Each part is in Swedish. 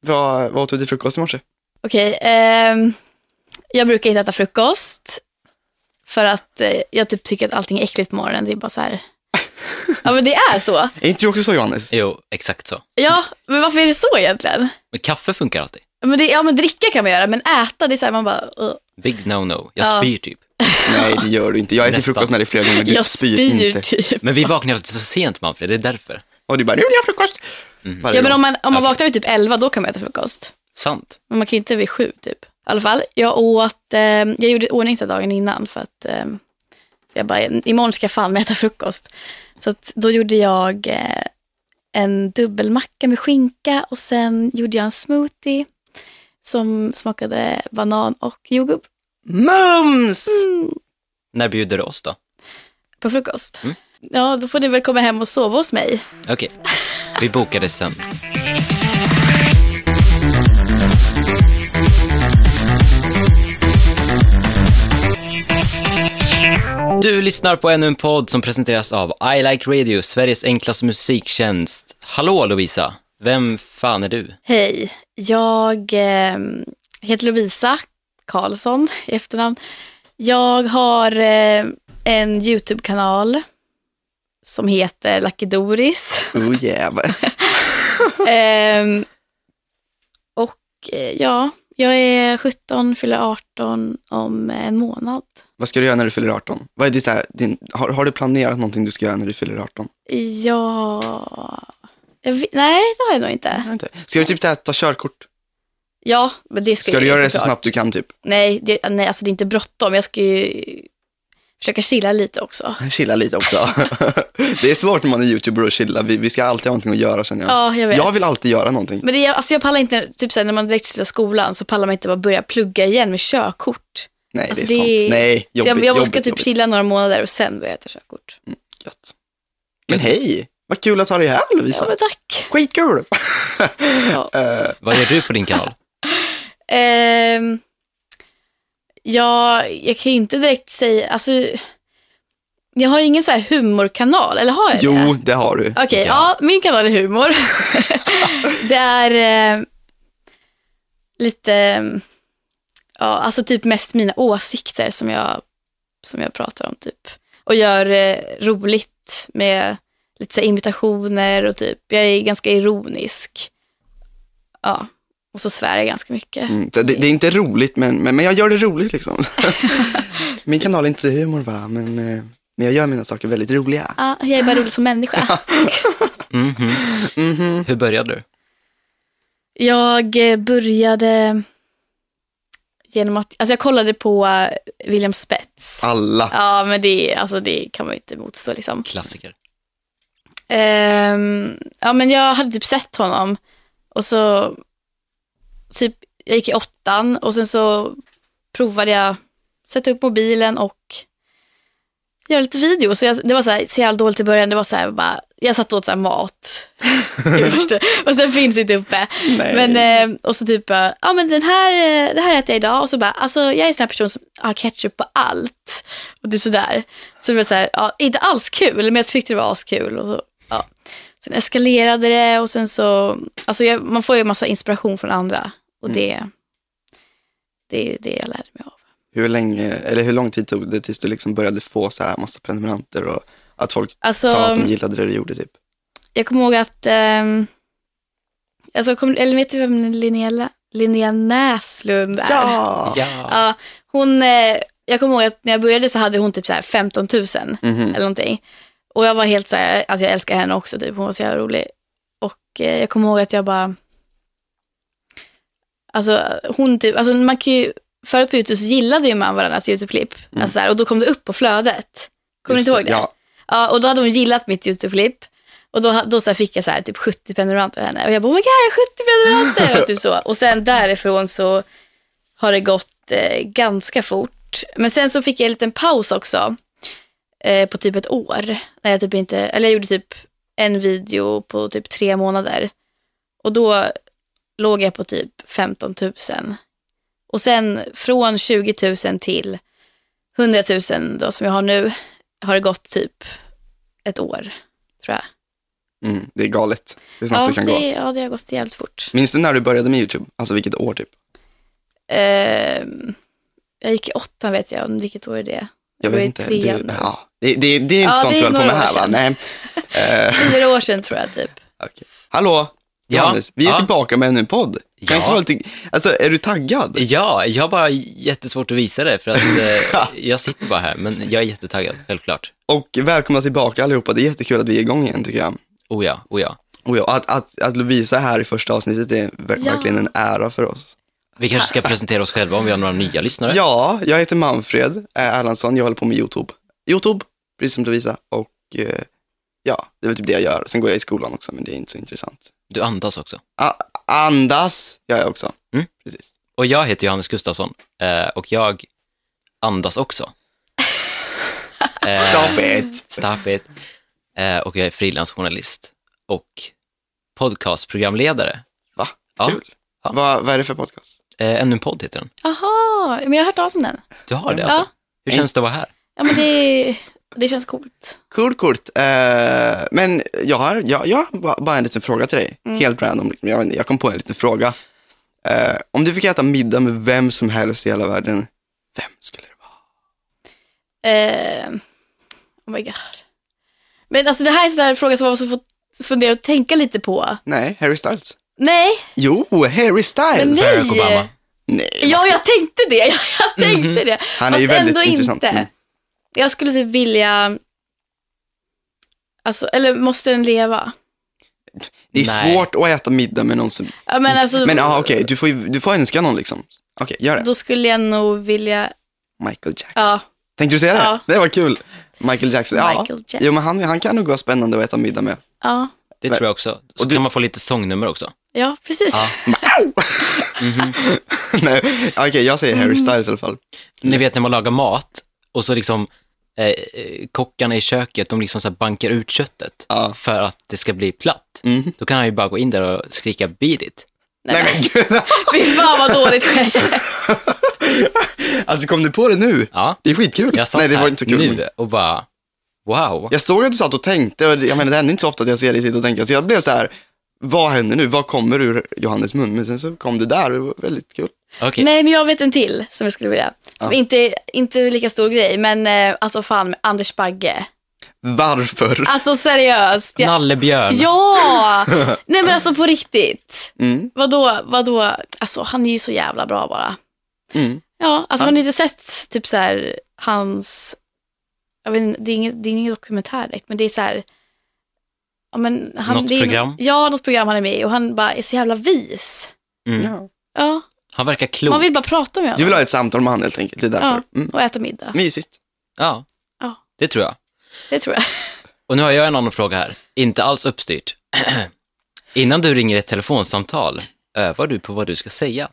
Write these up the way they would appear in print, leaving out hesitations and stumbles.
Vad åt du till frukost i morse? Okej, jag brukar inte äta frukost för att jag typ tycker att allting är äckligt på morgonen. Det är bara så här. Ja, men det är så. Är inte du också så, Johannes? Jo, exakt så. Ja, men varför är det så egentligen? Men kaffe funkar alltid. Men dricka kan man göra, men äta, det är så här, man bara... Big no-no. Jag spyr typ. Nej, det gör du inte. Jag äter Nästan. frukost med dig flera gånger. Du Jag spyr spyr inte. typ. Men vi vaknar alltid så sent, Manfred, det är därför. Och du bara, nu vill jag ha frukost. Ja, men om man vaknar vid typ 11, då kan man äta frukost. Sant. Men man kan ju inte vid 7 typ. I alla fall, jag gjorde ordning så dagen innan för att jag bara, imorgon ska jag fan äta frukost. Så att då gjorde jag en dubbelmacka med skinka och sen gjorde jag en smoothie som smakade banan och jordgubb. Mums! När bjuder du oss då? På frukost. Ja, då får ni väl komma hem och sova hos mig. Okej, vi bokar det sen. Du lyssnar på ännu en podd som presenteras av I Like Radio, Sveriges enklaste musiktjänst. Hallå Lovisa, vem fan är du? Hej, jag heter Lovisa Karlsson i efternamn. Jag har en YouTube-kanal som heter Lucky Doris. Oh jävlar. Jag är 17, fyller 18 om en månad. Vad ska du göra när du fyller 18? Vad är det så här, har du planerat någonting du ska göra när du fyller 18? Ja... nej, det har jag nog inte. Ska du typ ta körkort? Ja, men det ska du göra det så snabbt du kan typ? Nej, alltså det är inte bråttom. Jag ska ju försöka chilla lite också. Chilla lite också. Det är svårt när man är YouTuber och chilla. Vi ska alltid ha någonting att göra, känner jag. Ja, jag vet. Jag vill alltid göra någonting. Men jag pallar inte, typ så här, när man direkt slutar skolan så pallar man inte bara börja plugga igen med körkort. Nej, alltså, det är sant. Nej, jobbigt. Jag ska typ chilla några månader och sen börja ta körkort. Gött. Men hej, vad kul att ha dig här, Lovisa. Ja, men tack. Skitkul. Ja. Vad gör du på din kanal? Jag kan ju inte direkt säga, alltså jag har ju ingen så här humorkanal, eller har jag det? Jo, det har du. Okej, ja, min kanal är humor. Det är lite, ja, alltså typ mest mina åsikter som jag pratar om typ. Och gör roligt med lite så här imitationer och typ, jag är ganska ironisk. Ja. Och så svär jag ganska mycket. Det är inte roligt, men jag gör det roligt liksom. Min kanal är inte humor, va? Men jag gör mina saker väldigt roliga. Ja, jag är bara rolig som människa. Hur började du? Jag började genom att... Alltså jag kollade på William Spets. Alla. Ja, men det kan man ju inte motstå liksom. Klassiker. Ja, men jag hade typ sett honom. Och så... Typ, jag gick i 8:an och sen så provade jag sätta upp mobilen och göra lite video. Så det var så här, så jävla dåligt i början. Det var så här, bara, jag satt åt så här mat. Och sen finns inte uppe. Nej. Men, och så typ, ja men det här äter jag idag. Och så bara, alltså jag är en sån här person som har ketchup på allt. Och det är sådär. Så det var så här, ja, inte alls kul. Men jag tyckte det var askul. Och så, ja. Sen eskalerade det och sen så, alltså man får ju massa inspiration från andra. Och det är det jag lärde mig av. Hur lång tid tog det tills du liksom började få så här massa prenumeranter och att folk sa att de gillade det du gjorde typ? Jag kommer ihåg att eller vet du vem Linnea Näslund är? Ja. Hon, jag kommer ihåg att när jag började så hade hon typ så här 15 000 eller någonting. Och jag var helt så här, alltså jag älskar henne också typ, hon var så jävla rolig. Och jag kommer ihåg att jag bara, alltså hon typ, alltså man kan ju, förut på YouTube så gillade ju man varandras YouTube-klipp. Alltså så här, och då kom det upp på flödet. Kommer du inte ihåg det? Ja, och då hade hon gillat mitt YouTube-klipp. Och då så fick jag så här typ 70 prenumeranter av henne. Och jag bara, oh my god, jag har 70 prenumeranter! Och typ så. Och sen därifrån så har det gått ganska fort. Men sen så fick jag en liten paus också. På typ ett år. När jag typ inte, eller jag gjorde typ en video på typ 3 månader. Och då låg jag på typ 15 000. Och sen från 20 000 till 100 000 då, som jag har nu, har det gått typ ett år, tror jag. Det är galet. Hur snabbt det kan gå. Ja, det har gått jävligt fort. Minns du när du började med YouTube? Alltså vilket år typ? Jag gick i 8 vet jag. Vilket år är det? Jag vet inte. Det är inte sånt du höll på med här va? Nej. 4 år sedan tror jag typ. Okay. Hallå, Johannes. Vi är tillbaka med en podd. Kan inte vara lite... Alltså, är du taggad? Ja, jag har bara jättesvårt att visa det för att jag sitter bara här, men jag är jättetaggad, självklart. Och välkomna tillbaka allihopa. Det är jättekul att vi är igång igen tycker jag. Oh ja. Att Lovisa här i första avsnittet är verkligen en ära för oss. Vi kanske ska presentera oss själva om vi har några nya lyssnare. Ja, jag heter Manfred Erlandsson. Jag håller på med YouTube, precis som Lovisa. Och ja, det är väl typ det jag gör. Sen går jag i skolan också, men det är inte så intressant. Du andas också. Andas gör jag också, precis. Och jag heter Johannes Gustafsson och jag andas också. Stop it. Och jag är frilansjournalist och podcastprogramledare. Va? Ja. Kul. Ja. Vad är det för podcast? Ännu en podd heter den. Aha, men jag har hört talas om den. Du har det alltså? Hur känns det att vara här? Ja, men det känns coolt. Coolt. Men jag har bara en liten fråga till dig. Helt random. Jag kom på en liten fråga. Om du fick äta middag med vem som helst i hela världen, vem skulle det vara? Oh my god. Men alltså det här är en sån där fråga som man måste få fundera och tänka lite på. Nej, Harry Styles. Nej. Jo, Harry Styles. Men Barack Obama. Nej. Ja, jag tänkte det. Det. Han är ju väldigt intressant. Inte. Jag skulle typ vilja... Alltså, eller måste den leva? Det är svårt att äta middag med någon som... Ja, men alltså... Men okej, du får önska någon liksom. Okej, gör det. Då skulle jag nog vilja... Michael Jackson. Ja. Tänkte du säga det? Ja. Det var kul. Michael Jackson. Jackson. Jo, men han kan nog vara spännande att äta middag med. Ja. Det tror jag också. Så kan man få lite sångnummer också. Ja, precis. Ja. Nej, okej, jag säger Harry Styles i alla fall. Ni vet när man lagar mat och så liksom kockarna i köket, de liksom så här bankar ut köttet för att det ska bli platt. Då kan han ju bara gå in där och skrika beat it. Nej men gud. Fy fan vad dåligt skämt. Alltså kom du på det nu? Ja. Det är skitkul. Jag satt det var inte så kul nu och bara wow. Jag såg att du satt och tänkte, och jag menar det händer inte så ofta att jag ser dig sitta och tänka, så jag blev så här, vad händer nu? Vad kommer ur Johannes mun? Men sen så kom det där, det var väldigt kul. Okay. Nej, men jag vet en till som jag skulle vilja. Som inte lika stor grej, men alltså fan, Anders Bagge. Varför? Alltså seriöst. Nallebjörn. Ja! Nej men alltså på riktigt. Vadå? Alltså han är ju så jävla bra bara. Ja, alltså har ni inte sett typ så här hans... Jag vet inte, det är ingen dokumentär direkt, men det är så här... Ja, men något program? Ja, något program han är med i och han bara är så jävla vis. Ja. Han verkar klok. Man vill bara prata med honom. Du vill ha ett samtal med han helt enkelt, det är därför. Och äta middag. Mysigt. Ja, det tror jag. Det tror jag. Och nu har jag en annan fråga här. Inte alls uppstyrt. Innan du ringer ett telefonsamtal, övar du på vad du ska säga?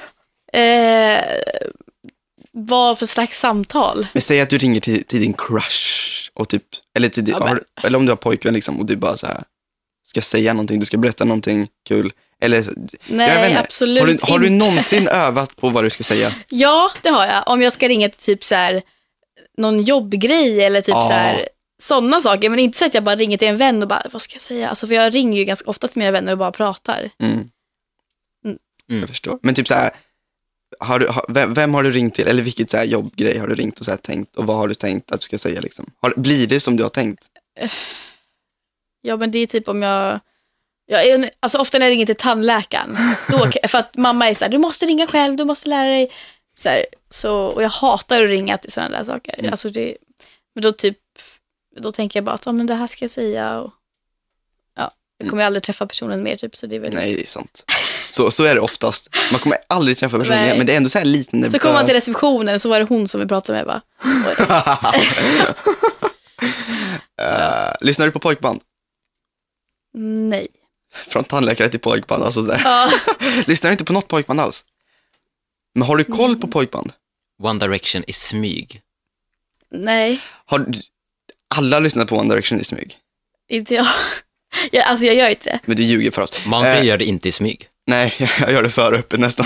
Vad för slags samtal? Men säg att du ringer till din crush och typ, eller till din, eller om du har pojkvän liksom, och du bara så här ska säga någonting, du ska berätta någonting kul. Eller, nej, absolut inte. Har du någonsin övat på vad du ska säga? Ja, det har jag. Om jag ska ringa till typ så här någon jobbgrej eller typ så här sådana saker, men inte så att jag bara ringer till en vän och bara, vad ska jag säga? Alltså, för jag ringer ju ganska ofta till mina vänner och bara pratar. Jag förstår. Men typ så här, vem har du ringt till? Eller vilket så här jobbgrej har du ringt och så här tänkt? Och vad har du tänkt att du ska säga liksom? Blir det som du har tänkt? Ja, men det är typ om alltså ofta när jag ringer till tandläkaren då, för att mamma är så här, du måste ringa själv, du måste lära dig så och jag hatar att ringa till sådana där saker. Alltså det, men då tänker jag bara att men det här ska jag säga och jag kommer aldrig träffa personen mer typ, så det är väl... Nej, det är sant. Så är det oftast. Man kommer aldrig träffa personen, men det är ändå så här lite nervös. Så kommer man till receptionen, så var det hon som vi pratade med, va? Lyssnar du på pojkband? Nej. Från tandläkare till pojkband, alltså så här. Lyssnar du inte på något pojkband alls? Men har du koll på pojkband? One Direction i smyg. Nej. Har alla lyssnat på One Direction i smyg? Inte jag. Alltså jag gör inte det. Men du ljuger för oss. Man gör det inte i smyg. Nej, jag gör det för öppet nästan.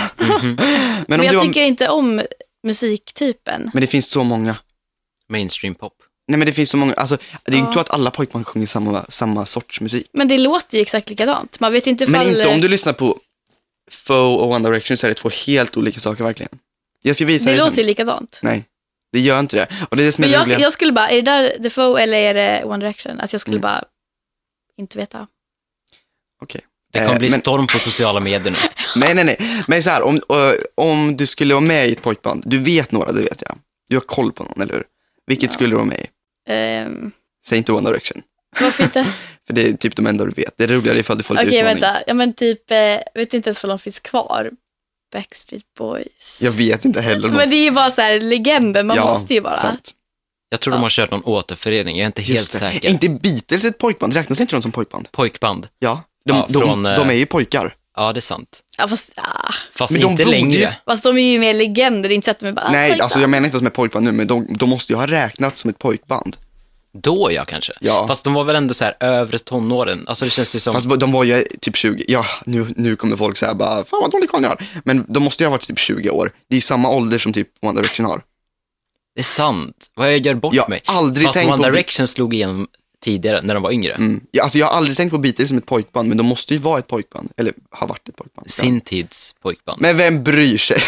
Men jag tycker inte om musiktypen. Men det finns så många. Mainstream pop. Nej, men det finns så många, alltså det är inte så att alla pojkband sjunger samma sorts musik. Men det låter ju exakt likadant. Man vet ju inte Men inte om du lyssnar på Foe och One Direction så är det 2 helt olika saker verkligen. Jag ska visa det dig låter sen. ju likadant. Nej, det gör inte det. Och det är det som är men jag skulle bara, är det där The Foe eller är det One Direction? Alltså jag skulle bara inte veta. Okej. Det kommer bli storm på sociala medier nu. Nej. Men så här, om du skulle vara med i ett pojkband, du vet några, det vet jag. Du har koll på någon, eller hur? Vilket skulle du vara med i? Säg inte One Direction. Varför inte? För det är typ de enda du vet. Det är roligare ifall du får lite utmaning. Vänta. Ja, men typ, vet inte ens vad de finns kvar. Backstreet Boys. Jag vet inte heller. Men det är ju bara så här legenden, man måste ju bara. Sant. Jag tror de har kört någon återförening, jag är inte helt säker. Är inte Beatles ett pojkband? Räknas inte de som pojkband? Pojkband? Ja, de är ju pojkar. Ja, det är sant. Ja, fast inte längre. Fast de är ju mer legender, det är inte så att de är bara Nej, pojkband. alltså jag menar inte att de är pojkband nu, men de måste ju ha räknats som ett pojkband. Då kanske. Ja. Fast de var väl ändå så här övre tonåren. Alltså det känns ju som... Fast de var ju typ 20. Ja, nu kommer folk säga bara, fan vad dålig koll ni har. Men de måste ju ha varit typ 20 år. Det är ju samma ålder som typ One Direction har. Det är sant. Vad jag gör bort mig. Aldrig fast tänkt One på Direction slog igenom tidigare när de var yngre. Ja, alltså jag har aldrig tänkt på Beatles som ett pojkband, men de måste ju vara ett pojkband. Eller har varit ett pojkband. Sin tids pojkband. Men vem bryr sig?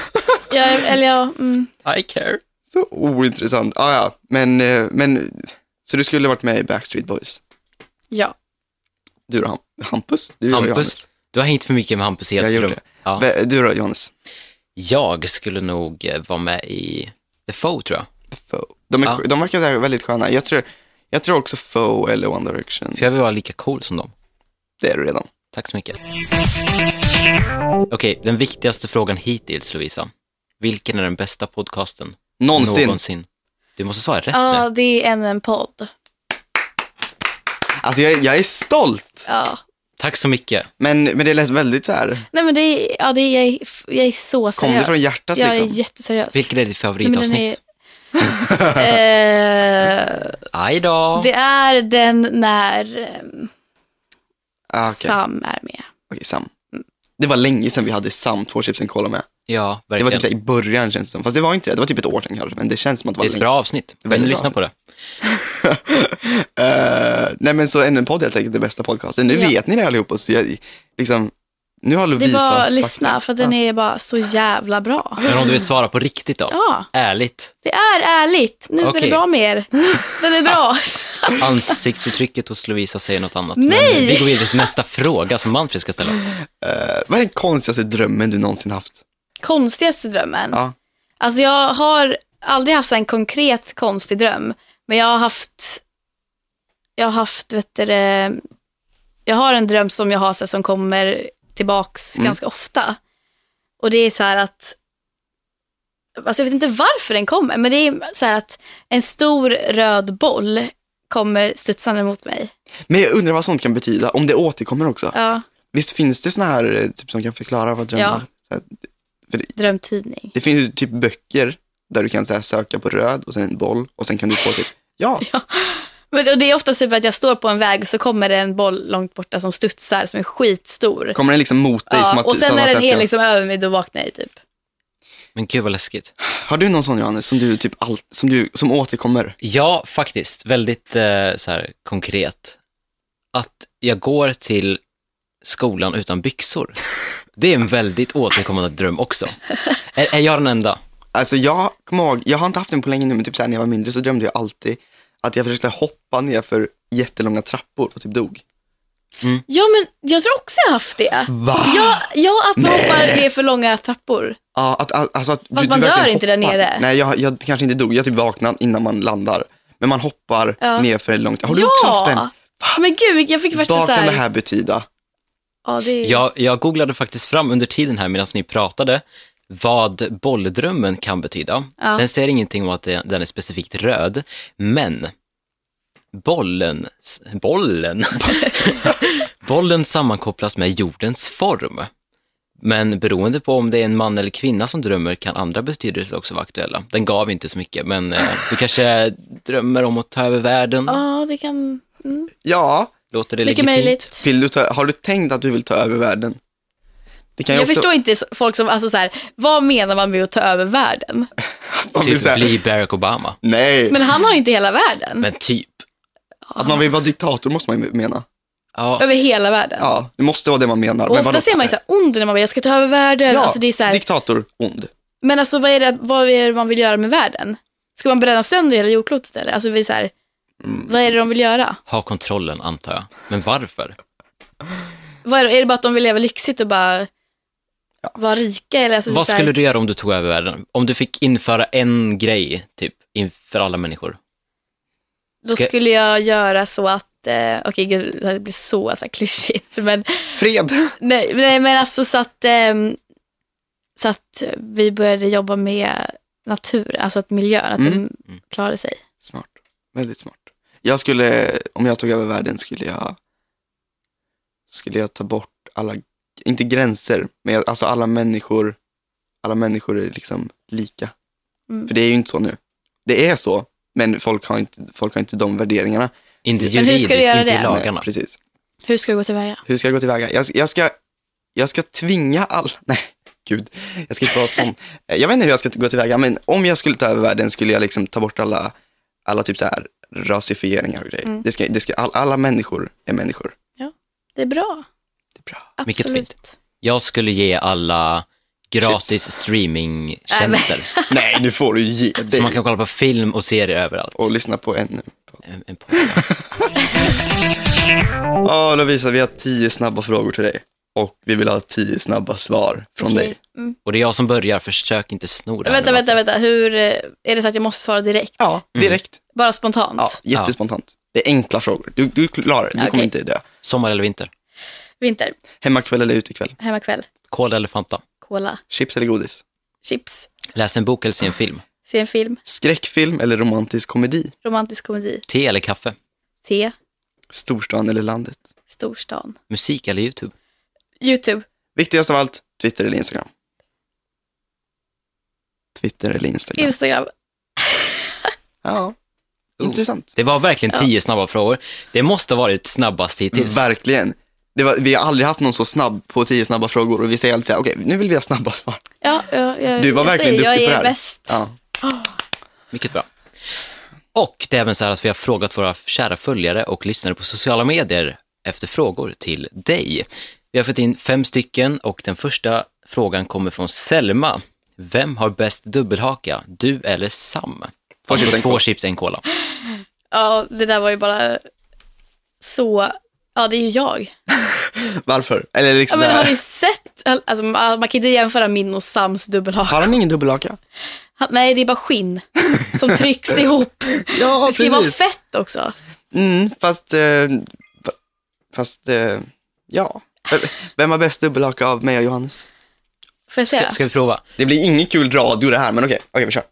I care. Så ointressant. Ja. Men så du skulle varit med i Backstreet Boys? Ja. Du då, Hampus? Hampus? Du har hängt för mycket med Hampus Hedström. Ja. Du då, Johannes? Jag skulle nog vara med i The Foe, tror jag. The Foe. De verkar väldigt sköna. Jag tror också Foe eller One Direction. För jag vill vara lika cool som dem. Det är du redan. Tack så mycket. Okej, den viktigaste frågan hittills, Lovisa. Vilken är den bästa podcasten någonsin? Du måste svara rätt nu. Ja, det är en podd. Alltså jag är stolt. Ja. Tack så mycket. Men det lät väldigt så här. Nej, men jag är så seriös. Kom det från hjärtat liksom? Jag är jätteseriös. Vilket är ditt favoritavsnitt? Aj då. Det är den när Sam är med. Okej, Sam. Det var länge sedan vi hade Sam, 2 chips en cola med. Ja, verkligen. Det var typ så här, i början känns det som. Fast det var inte det. Det var typ ett år sedan kanske. Men det känns som att det var ett bra avsnitt. Vill du lyssna på det? Nej, men så en podd helt enkelt, det bästa podcasten. Nu vet ni det allihopa. Så jag, liksom, nu har Lovisa det är bara sagt att lyssna, för den är bara så jävla bra. Men om du vill svara på riktigt då? Ja. Ärligt. Det är ärligt. Nu är det bra med er. Den är bra. Ansiktsuttrycket hos Lovisa säger något annat. Nej! Men vi går vidare till nästa fråga som Manfred ska ställa. Vad är den konstigaste drömmen du någonsin haft? Konstigaste drömmen? Ja. Alltså jag har aldrig haft en konkret konstig dröm. Men jag har haft jag har en dröm som jag har så som kommer tillbaks ganska ofta. Och det är så här att, alltså jag vet inte varför den kommer, men det är så här att en stor röd boll kommer studsande mot mig. Men jag undrar vad sånt kan betyda, om det återkommer också. Ja. Visst finns det såna här typ, som kan förklara vad drömmar? Ja. Drömtidning. Det finns ju typ böcker där du kan så här, söka på röd och sen en boll och sen kan du få typ, ja. Men, och det är ofta så att jag står på en väg och så kommer det en boll långt borta som studsar, som är skitstor. Kommer den liksom mot dig? Som att, och sen när den är liksom över mig, då vaknar jag typ. Men gud vad läskigt. Har du någon sån, Johannes, som du typ som återkommer? Ja, faktiskt. Väldigt så här konkret. Att jag går till skolan utan byxor. Det är en väldigt återkommande dröm också. Är jag den enda? Alltså jag kommer ihåg, jag har inte haft den på länge nu, men typ så här, när jag var mindre så drömde jag alltid att jag försökte hoppa ner för jättelånga trappor och typ dog. Ja, men jag tror också jag har haft det. Va? Ja, att man hoppar ner för långa trappor. Ja, alltså att fast man dör inte där nere. Nej, jag kanske inte dog. Jag typ vaknar innan man landar. Men man hoppar ner för långt. Har du också haft den? Va? Men gud, jag fick värsta så här. Vad kan det här betyda? Ja, det är... Jag googlade faktiskt fram under tiden här medan ni pratade vad bolldrömmen kan betyda. Ja. Den säger ingenting om att den är specifikt röd, men bollen sammankopplas med jordens form. Men beroende på om det är en man eller kvinna som drömmer kan andra betydelser också vara aktuella. Den gav inte så mycket, men du kanske drömmer om att ta över världen. Ja, det kan... Ja. Låter det mycket legitimt? möjligt. Har du tänkt att du vill ta över världen? Det kan jag också... förstår inte folk som, alltså så här, vad menar man med att ta över världen? Man vill Typ säga, bli Barack Obama. nej, Men han har ju inte hela världen. Men typ. att man vill vara diktator måste man ju mena. Ja, Över hela världen. Ja, det måste vara det man menar. Och Men ofta vadå? ser man ju så här ond när man bara, jag ska ta över världen. Ja, Alltså det är så här, diktator, ond. men alltså vad är det man vill göra med världen? Ska man bränna sönder hela jordklotet eller? Alltså vi är så här, vad är det de vill göra? ha kontrollen antar jag. Men varför? Är det bara att de vill leva lyxigt och bara vara rika? Eller alltså, Vad så här, skulle du göra om du tog över världen? Om du fick införa en grej, typ, inför alla människor. Då skulle jag göra så att, okej gud, det blir så här klyschigt, men Fred. nej, men alltså så att vi började jobba med natur, alltså att miljön, att de klarade sig. Smart, väldigt smart. Jag skulle, om jag tog över världen skulle jag ta bort alla, inte gränser, men alltså alla människor är liksom lika. För det är ju inte så nu. Det är så, men folk har inte de värderingarna. Inte Men hur juridiskt, ska du göra inte i det? lagarna. Nej, precis. Hur ska du gå tillväga? Hur ska jag gå tillväga? Jag ska tvinga nej, gud, jag ska inte vara sån. Jag vet inte hur jag ska gå tillväga, men om jag skulle ta över världen skulle jag liksom ta bort alla typ så här rasifieringar och grejer. Alla människor är människor. Det är bra. Det är bra. Absolut. Mycket fint. Jag skulle ge alla gratis streamingtjänster. Nej, nu får du ge dig. Så man kan kolla på film och serier överallt. Och lyssna på en Podd. Ja, Lovisa, vi har 10 snabba frågor till dig. Och vi vill ha 10 snabba svar från dig. Och det är jag som börjar, försök inte sno det här. Vänta. Hur är det så att jag måste svara direkt? Ja, direkt. Bara spontant? Ja, jättespontant. Det är enkla frågor. Du klarar det. Du kommer inte dö. Sommar eller vinter? Vinter. Hemmakväll eller utekväll? Hemmakväll. Cola eller Fanta? Cola. Chips eller godis? Chips. Läs en bok eller se en film? Se en film. Skräckfilm eller romantisk komedi? Romantisk komedi. Te eller kaffe? Te. Storstan eller landet? Storstan. Musik eller YouTube? YouTube. Viktigast av allt, Twitter eller Instagram? Twitter eller Instagram? Instagram. Ja, intressant. Det var verkligen 10 snabba frågor. Det måste ha varit snabbast hittills. Verkligen. Vi har aldrig haft någon så snabb på 10 snabba frågor och vi säger alltid okej, nu vill vi ha snabba svar. Ja, Du var verkligen duktig på det här. Jag är bäst. Ja. Mycket bra. Och det är även så här att vi har frågat våra kära följare och lyssnare på sociala medier efter frågor till dig. Vi har fått in 5 stycken och den första frågan kommer från Selma. Vem har bäst dubbelhaka, du eller Sam? Alltså 2 chips, en cola. Ja, det där var ju bara så... Ja, det är ju jag. Varför? Eller liksom Ja, men så här, har ni sett... Alltså, man kan inte jämföra min och Sams dubbelhaka. har han ingen dubbelhaka? Nej, det är bara skinn som trycks ihop. Ja, Det ska ju vara fett också. Fast ja. Vem har bäst dubbelhaka av mig och Johannes? Får jag säga? Ska vi prova? Det blir ingen kul radio det här, men okej, vi kör.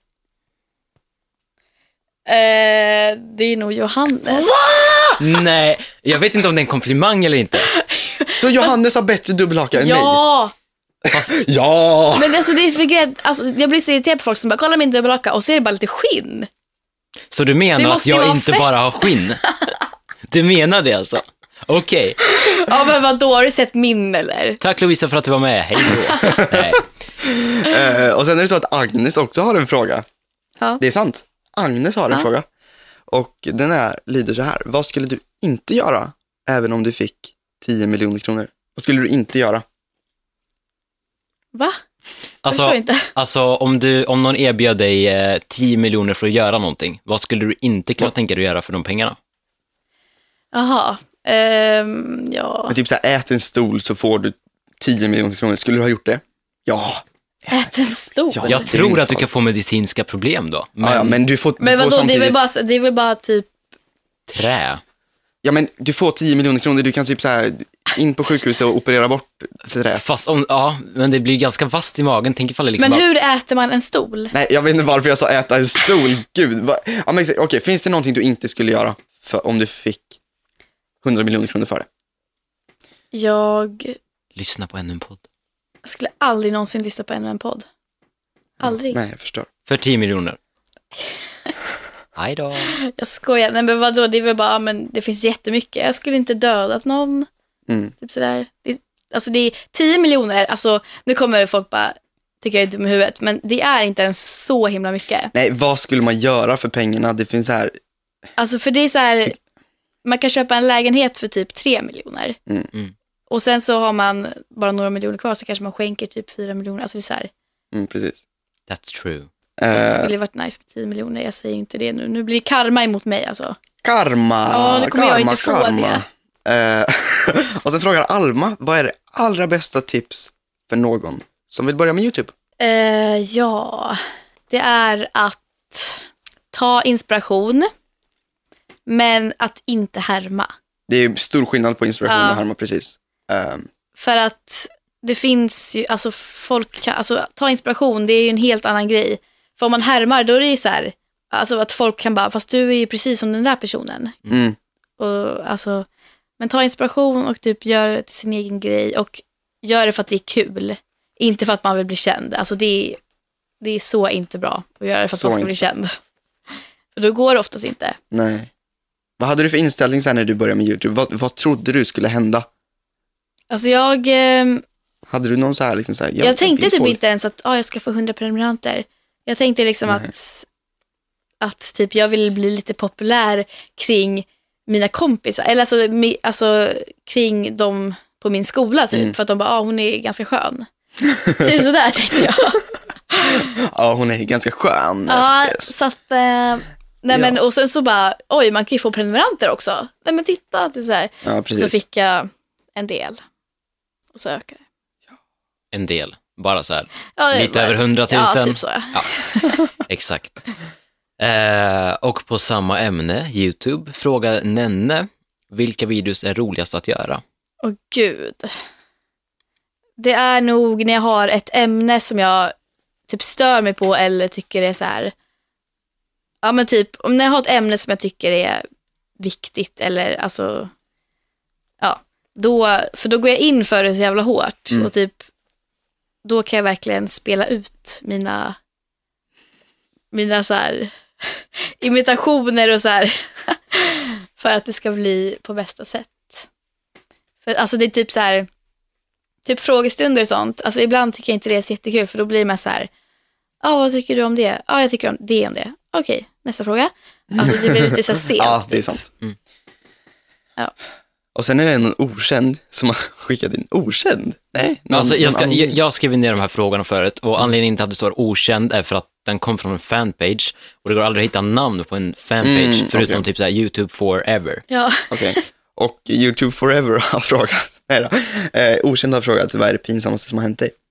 Det är nog Johannes. Nej, jag vet inte om det är en komplimang eller inte. Så Johannes har bättre dubbelhaka än mig? Ja! Ja! Men alltså det är för grej, alltså, jag blir så irriterad på folk som bara kollar min dubbelhaka och så är det bara lite skinn. Så du Det menar att måste ju jag vara inte fett. bara har skinn? Du menar det alltså? Okej. Ja, men vadå, har du sett min eller? Tack Lovisa för att du var med. Hej då. Nej. Och sen är det så att Agnes också har en fråga. Ja. Det är sant. Agnes har en Ja. fråga. Och den lyder så här. Vad skulle du inte göra även om du fick 10 miljoner kronor? Vad skulle du inte göra? Va? Jag förstår inte. Alltså om någon erbjöd dig 10 miljoner för att göra någonting, vad skulle du inte kunna tänka dig att göra för de pengarna? Jaha. Ja. Men typ så här, ät en stol så får du 10 miljoner kronor. Skulle du ha gjort det? Ja. Ät en stol. Ja. Jag tror att du kan få medicinska problem då. Men du får, Men du får vadå, samtidigt... det är väl bara typ... Trä. Ja, men du får 10 miljoner kronor. Du kan typ så här in på sjukhuset och operera bort det. Fast men det blir ganska vasst i magen. Tänk ifall det liksom Men bara... hur äter man en stol? Nej, jag vet inte varför jag sa äta en stol. Gud. Ja, men okej, finns det någonting du inte skulle göra om du fick 100 miljoner kronor för det? Jag Lyssna på ännu en podd. skulle aldrig någonsin lyssna på ännu en podd. Aldrig. Nej, jag förstår. För 10 miljoner. Hej då. Jag skojar. Nej, men vadå, det är väl bara, men det finns jättemycket. Jag skulle inte dödat någon. Mm. Typ sådär. Alltså det är 10 miljoner, alltså nu kommer folk bara, tycker jag är dum i huvudet. Men det är inte ens så himla mycket. Nej, vad skulle man göra för pengarna? Det finns här... Alltså för det är så här, man kan köpa en lägenhet för typ 3 miljoner. Och sen så har man bara några miljoner kvar, så kanske man skänker typ 4 miljoner. Alltså det är så här. Precis. That's true. Det skulle varit nice med 10 miljoner, jag säger inte det nu. Nu blir det karma emot mig alltså. Karma! Ja, nu kommer jag inte få det. Och sen frågar Alma, vad är det allra bästa tips för någon som vill börja med YouTube? Ja, det är att ta inspiration, men att inte härma. Det är stor skillnad på inspiration och härma, precis. För att det finns ju, alltså folk kan, alltså ta inspiration, det är ju en helt annan grej. För om man härmar, då är det ju så här, alltså att folk kan bara, fast du är ju precis som den där personen. Och alltså, men ta inspiration och typ gör det till sin egen grej och gör det för att det är kul. Inte för att man vill bli känd. Alltså det är så inte bra att göra det för att man ska bli känd. För då går det oftast inte. Nej. Vad hade du för inställning sen när du började med YouTube? Vad trodde du skulle hända? Alltså jag... Hade du någon så här liksom så här... Jag tänkte typ inte ens att jag ska få 100 prenumeranter. Jag tänkte liksom att typ jag vill bli lite populär kring mina kompisar. Eller alltså kring dem på min skola typ. För att de bara, hon är ganska skön. Det är sådär tänkte jag. Ja, hon är ganska skön. Ja, så att... men, och sen så bara, man kan ju få prenumeranter också. Nej men titta, typ så här. Ja, precis. Så fick jag en del. Och så ökade det. En del, bara så här. Ja, lite över 100 000. Ja, typ så. Ja, exakt. Och på samma ämne, YouTube, frågar Nenne, vilka videos är roligast att göra? Åh gud. Det är nog när jag har ett ämne som jag typ stör mig på eller tycker är så här. Ja men typ, om jag har ett ämne som jag tycker är viktigt eller alltså, ja, för då går jag in för det så jävla hårt och typ, då kan jag verkligen spela ut mina så här imitationer och så här för att det ska bli på bästa sätt. För alltså det är typ så här, typ frågestunder och sånt, alltså ibland tycker jag inte det är så jättekul för då blir man så här, vad tycker du om det? Ja, jag tycker om det. Okej, nästa fråga. Alltså det blir lite så stelt. Ja, det är sant. Ja. Och sen är det en okänd som har skickat in okänd. Nej, alltså, jag skrev ner de här frågorna förut och anledningen till att det står okänd är för att den kom från en fanpage och det går aldrig att hitta namn på en fanpage förutom typ så här YouTube Forever. Ja. Okej. Och YouTube Forever har frågat. Nej då. Okänd har frågat, vad är det pinsammaste som har hänt dig?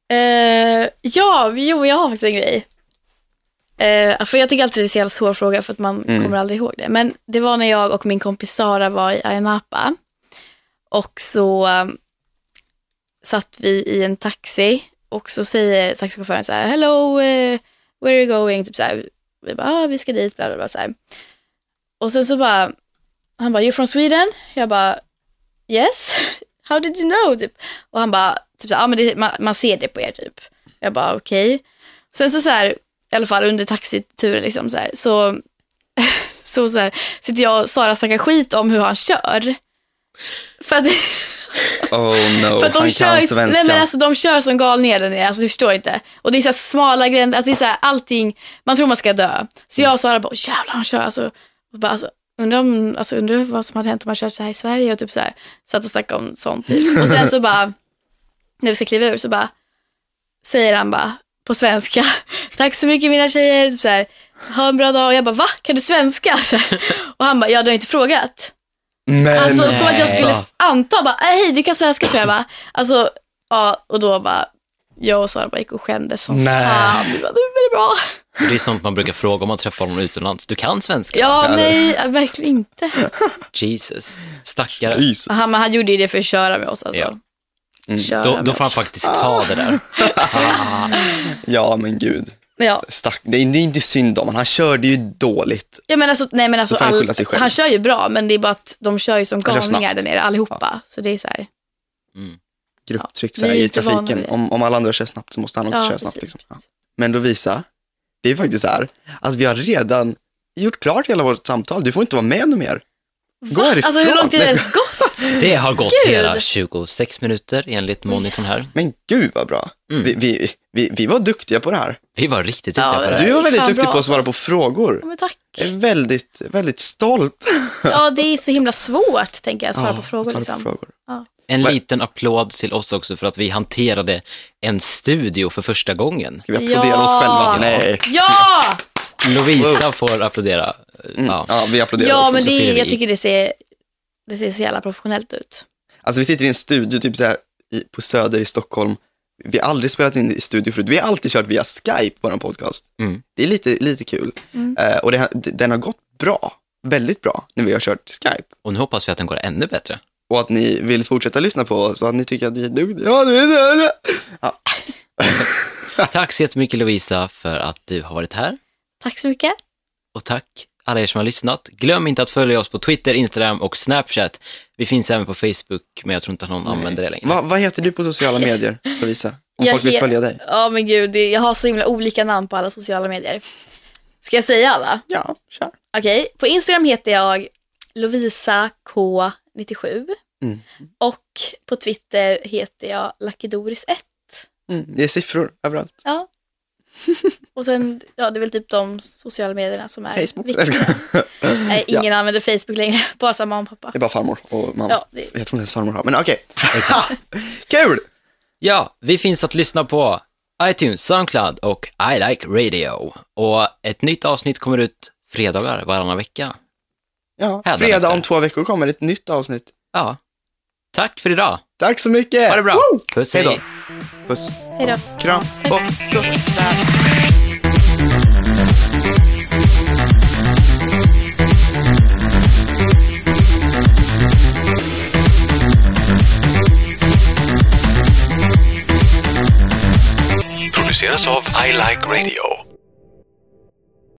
Jag har faktiskt en grej. För jag tycker alltid det är så jävla svår fråga för att man kommer aldrig ihåg det. Men det var när jag och min kompis Sara var i Ayia Napa. Och så satt vi i en taxi. Och så säger taxichauffören så här: hello, where are you going? Typ så här, vi bara, vi ska dit, bla bla bla så här. Och sen så bara, han bara, you're from Sweden? Jag bara, yes. How did you know? Typ. Och han bara, typ så här, men man ser det på er typ. Jag bara, okej. Sen så här, i alla fall under taxituren liksom så här, så här, sitter jag och Sara snackar skit om hur han kör. För att för att de kör, nej men alltså de kör som galningar där nere, alltså du förstår inte. Och det är så här smala gränder, alltså det är så här allting, man tror man ska dö. Så jag och Sara bara, jävlar han kör, alltså undrar vad som hade hänt om man kört så här i Sverige och typ så här, satt och snackade om sånt typ. Och sen så bara, när vi ska kliva ur så bara säger han bara på svenska, tack så mycket mina tjejer, typ så här, ha en bra dag. Och jag bara, va? Kan du svenska? Och han bara, du har inte frågat. Alltså så att jag skulle anta bara, hej du kan svenska tror jag bara. Alltså, ja, och då bara jag och Sara bara gick och skämdes som fan. Det var bra. Det är sånt man brukar fråga om man träffar någon utomlands. Du kan svenska? Ja, nej, verkligen inte. Jesus, stackare. Men han gjorde ju det för att köra med oss alltså. Ja. Då får han faktiskt ta det där. Ja, men gud. Ja. Det är inte synd om han körde ju dåligt. Ja, men alltså, nej, men alltså han kör ju bra, men det är bara att de kör ju som galningar där nere allihopa. Ja. Så det är så här. Grupptryck så här, i trafiken. Om alla andra kör snabbt så måste han också köra snabbt. Liksom. Ja. Men då visa, det är faktiskt så här att vi har redan gjort klart hela vårt samtal. Du får inte vara med någon mer. Gå härifrån. Alltså hur långt är det gått? Det har gått Gud. hela 26 minuter enligt monitorn här. Men gud vad bra. Vi var duktiga på det här. Vi var riktigt duktiga på det. Du var väldigt fan duktig bra. på att svara på frågor. Ja, men tack. Jag är väldigt, väldigt stolt. Ja, det är så himla svårt, tänker jag, svara på frågor. svara Liksom. på frågor. Ja. En liten applåd till oss också för att vi hanterade en studio för första gången. Ska vi applådera oss själva? Nej. Ja! Lovisa får applådera. Ja. Ja, vi applåderar Ja, också. men så fyller vi jag i. tycker det ser så jävla professionellt ut. Alltså vi sitter i en studio typ så här, på Söder i Stockholm. Vi har aldrig spelat in i studio förut. Vi har alltid kört via Skype på vår podcast. Det är lite kul. Och den har gått bra. Väldigt bra när vi har kört Skype. Och nu hoppas vi att den går ännu bättre. Och att ni vill fortsätta lyssna på oss och att ni tycker att vi är duktiga. Ja, du är det. Ja. Tack så jättemycket Lovisa för att du har varit här. Tack så mycket. Och tack alla er som har lyssnat. Glöm inte att följa oss på Twitter, Instagram och Snapchat. Vi finns även på Facebook, men jag tror inte att någon använder det längre. Vad heter du på sociala medier, Lovisa? Om folk vill följa dig. Ja, men gud, jag har så himla olika namn på alla sociala medier. Ska jag säga alla? Ja, kör. Okej, på Instagram heter jag Lovisa K97 och på Twitter heter jag Luckydoris1. Det är siffror överallt. Ja. Och sen, det är väl typ de sociala medierna som är Facebook. viktiga. Nej, ingen använder Facebook längre, bara mamma och pappa. Det är bara farmor och mamma. Ja, Jag tror inte ens farmor har, men okej. Kul! Ja, vi finns att lyssna på iTunes, Soundcloud och I Like Radio. Och ett nytt avsnitt kommer ut fredagar varannan vecka. Ja, Hädanefter. fredag om 2 veckor kommer ett nytt avsnitt. Ja. Tack för idag. Tack så mycket! Ha det bra. Woo! Puss, Hej då. hej. Puss. Hej då. Kram. Och så. Produceras av I Like Radio.